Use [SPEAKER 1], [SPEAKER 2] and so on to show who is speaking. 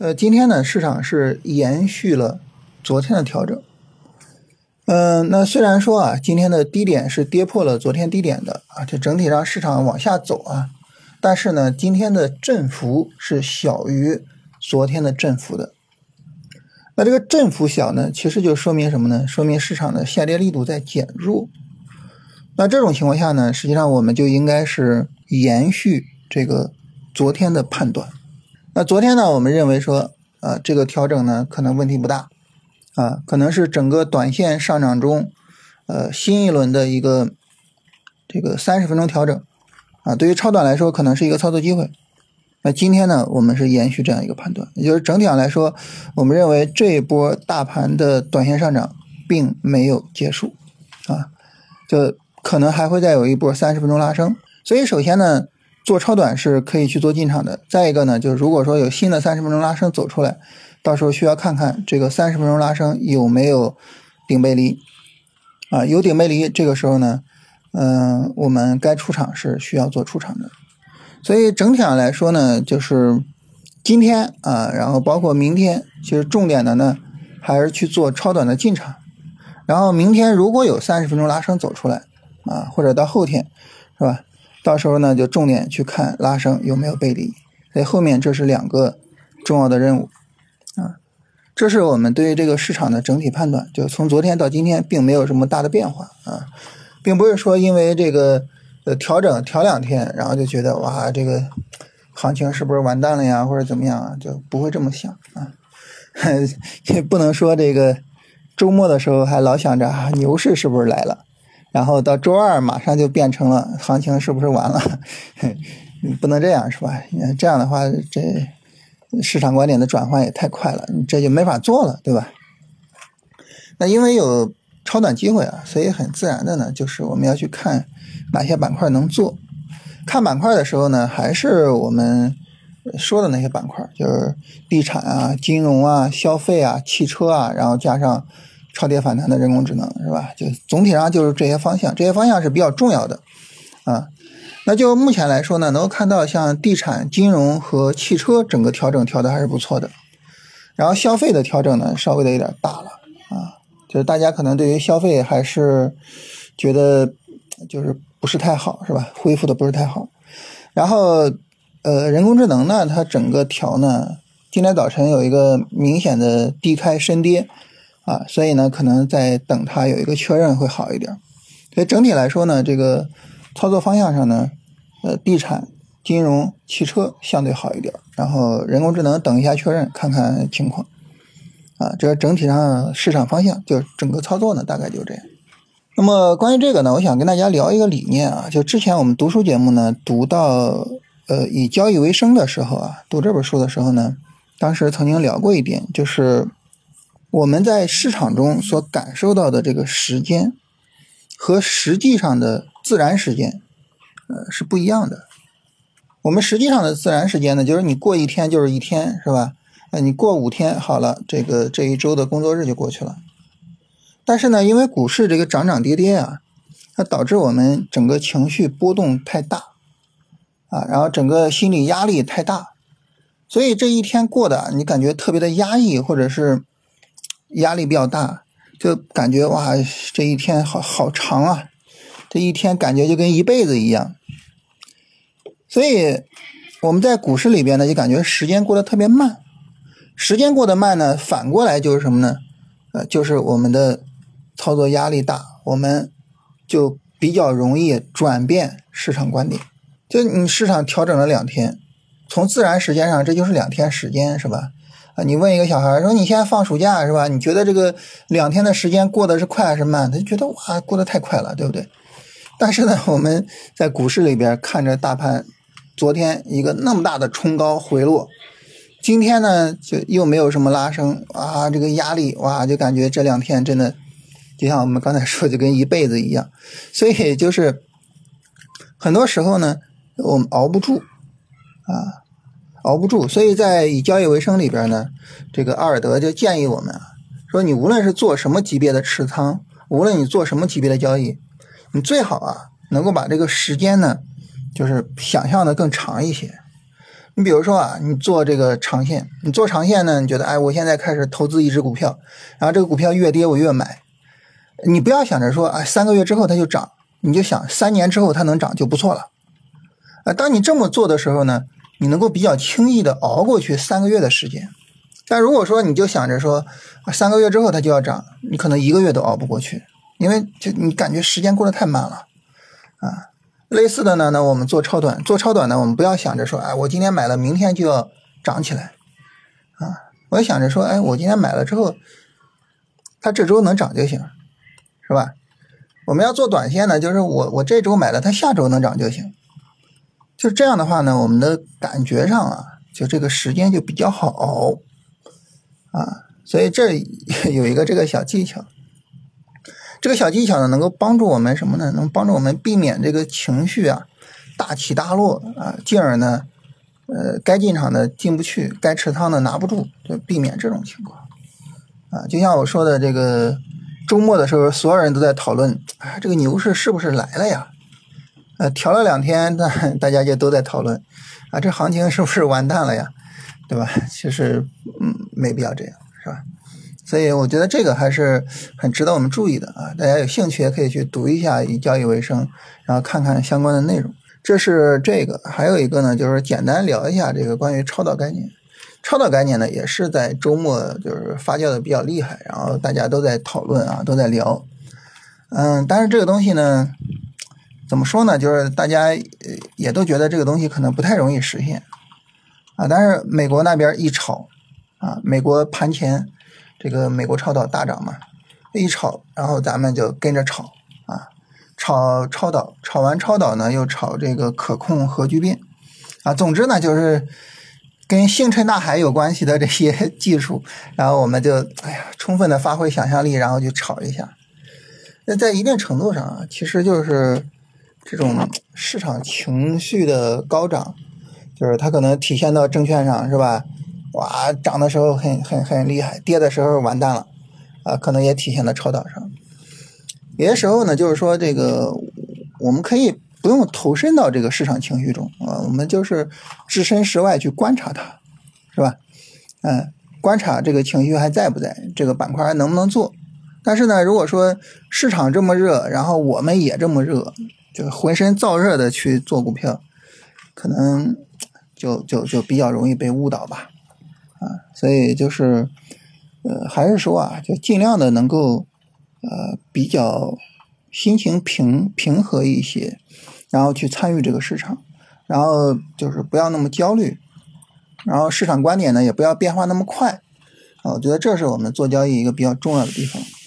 [SPEAKER 1] 今天呢，市场是延续了昨天的调整。那虽然说啊，今天的低点是跌破了昨天低点的啊，这整体上市场往下走啊，但是呢，今天的振幅是小于昨天的振幅的。那这个振幅小呢，其实就说明什么呢？说明市场的下跌力度在减弱。那这种情况下呢，实际上我们就应该是延续这个昨天的判断。那昨天呢，我们认为说这个调整呢可能问题不大啊，可能是整个短线上涨中新一轮的一个这个30分钟调整啊，对于超短来说可能是一个操作机会。那今天呢，我们是延续这样一个判断，也就是整体上来说，我们认为这一波大盘的短线上涨并没有结束啊，就可能还会再有一波30分钟拉升。所以首先呢，做超短是可以去做进场的。再一个呢，就是如果说有新的30分钟拉升走出来，到时候需要看看这个30分钟拉升有没有顶背离啊，有顶背离，这个时候呢，我们该出场是需要做出场的。所以整体上来说呢，就是今天啊，然后包括明天，其实重点的呢还是去做超短的进场。然后明天如果有30分钟拉升走出来啊，或者到后天是吧？到时候呢就重点去看拉升有没有背离。所以后面这是2个重要的任务啊。这是我们对于这个市场的整体判断，就从昨天到今天并没有什么大的变化啊，并不是说因为这个调整调2天，然后就觉得哇这个行情是不是完蛋了呀，或者怎么样啊，就不会这么想啊。也不能说这个周末的时候还老想着牛市是不是来了，然后到周二马上就变成了行情是不是完了，不能这样是吧？这样的话这市场观点的转换也太快了，这就没法做了，对吧？那因为有超短机会啊，所以很自然的呢，就是我们要去看哪些板块能做。看板块的时候呢，还是我们说的那些板块，就是地产啊、金融啊、消费啊、汽车啊，然后加上超跌反弹的人工智能，是吧？就总体上就是这些方向，这些方向是比较重要的啊。那就目前来说呢，能够看到像地产、金融和汽车整个调整调的还是不错的，然后消费的调整呢稍微的有点大了啊，就是大家可能对于消费还是觉得就是不是太好，是吧？恢复的不是太好。然后人工智能呢，它整个调呢，今天早晨有一个明显的低开深跌啊，所以呢可能在等它有一个确认会好一点。所以整体来说呢，这个操作方向上呢，地产、金融、汽车相对好一点，然后人工智能等一下确认，看看情况啊。这整体上市场方向，就整个操作呢大概就这样。那么关于这个呢，我想跟大家聊一个理念啊，就之前我们读书节目呢读到以交易为生的时候啊，读这本书的时候呢，当时曾经聊过一点，就是我们在市场中所感受到的这个时间和实际上的自然时间是不一样的。我们实际上的自然时间呢，就是你过一天就是一天，是吧？你过5天好了，这一周的工作日就过去了。但是呢，因为股市这个涨涨跌跌啊，它导致我们整个情绪波动太大啊，然后整个心理压力太大，所以这一天过的你感觉特别的压抑，或者是压力比较大，就感觉哇这一天好长啊，这一天感觉就跟一辈子一样。所以我们在股市里边呢，就感觉时间过得特别慢。时间过得慢呢，反过来就是什么呢？就是我们的操作压力大，我们就比较容易转变市场观点。就你市场调整了2天，从自然时间上这就是2天时间，是吧？你问一个小孩说你现在放暑假是吧？你觉得这个2天的时间过得是快还是慢？他就觉得哇过得太快了，对不对？但是呢，我们在股市里边看着大盘昨天一个那么大的冲高回落，今天呢就又没有什么拉升啊，这个压力哇就感觉这2天真的就像我们刚才说就跟一辈子一样。所以就是很多时候呢我们熬不住，所以在以交易为生里边呢，这个阿尔德就建议我们说你无论是做什么级别的持仓，无论你做什么级别的交易，你最好能够把这个时间呢就是想象的更长一些。 你比如说啊，你做这个长线，你做长线呢，你觉得哎，我现在开始投资一只股票，然后这个股票越跌我越买，你不要想着说啊，3个月之后它就涨，你就想3年之后它能涨就不错了。当你这么做的时候呢，你能够比较轻易的熬过去3个月的时间。但如果说你就想着说3个月之后它就要涨，你可能1个月都熬不过去，因为就你感觉时间过得太慢了啊。类似的呢，我们做超短呢，我们不要想着说哎，我今天买了明天就要涨起来啊，我要想着说哎，我今天买了之后它这周能涨就行，是吧？我们要做短线呢，就是我这周买了它下周能涨就行。就这样的话呢，我们的感觉上啊，就这个时间就比较好熬啊，所以这有一个这个小技巧。这个小技巧呢，能够帮助我们什么呢？能帮助我们避免这个情绪啊大起大落啊，进而呢，该进场的进不去，该持仓的拿不住，就避免这种情况啊。就像我说的，这个周末的时候，所有人都在讨论啊，这个牛市是不是来了呀？调了2天，大家就都在讨论啊，这行情是不是完蛋了呀？对吧？其实没必要这样，是吧？所以我觉得这个还是很值得我们注意的啊！大家有兴趣也可以去读一下《以交易为生》，然后看看相关的内容。这是这个，还有一个呢，就是简单聊一下这个关于超导概念。超导概念呢，也是在周末就是发酵的比较厉害，然后大家都在讨论啊，都在聊。但是这个东西呢，怎么说呢？就是大家也都觉得这个东西可能不太容易实现啊。但是美国那边一炒啊，美国盘前这个美国超导大涨嘛，一炒，然后咱们就跟着炒啊，炒超导，炒完超导呢又炒这个可控核聚变啊。总之呢就是跟星辰大海有关系的这些技术，然后我们就充分的发挥想象力，然后去炒一下。那在一定程度上啊，其实就是这种市场情绪的高涨，就是它可能体现到证券上，是吧？哇，涨的时候很厉害，跌的时候完蛋了啊，可能也体现到超导上。有些时候呢，就是说这个我们可以不用投身到这个市场情绪中啊，我们就是置身事外去观察它，是吧？观察这个情绪还在不在，这个板块还能不能做。但是呢，如果说市场这么热，然后我们也这么热，就浑身燥热的去做股票，可能就比较容易被误导吧。所以就是还是说啊，就尽量的能够比较心情平和一些，然后去参与这个市场，然后就是不要那么焦虑，然后市场观点呢也不要变化那么快啊，我觉得这是我们做交易一个比较重要的地方。